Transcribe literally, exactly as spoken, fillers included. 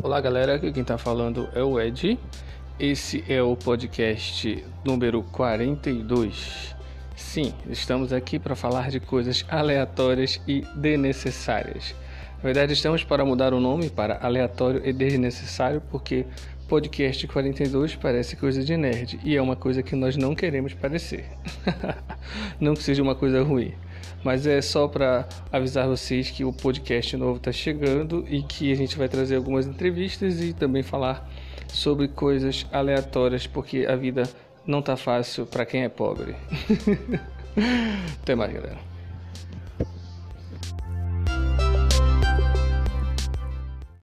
Olá galera, aqui quem tá falando é o Ed. Esse é o podcast número quarenta e dois. Sim, estamos aqui para falar de coisas aleatórias e desnecessárias. Na verdade, estamos para mudar o nome para aleatório e desnecessário, porque podcast quarenta e dois parece coisa de nerd e é uma coisa que nós não queremos parecer. Não que seja uma coisa ruim, mas é só para avisar vocês que o podcast novo está chegando e que a gente vai trazer algumas entrevistas e também falar sobre coisas aleatórias, porque a vida não tá fácil para quem é pobre. Até mais, galera.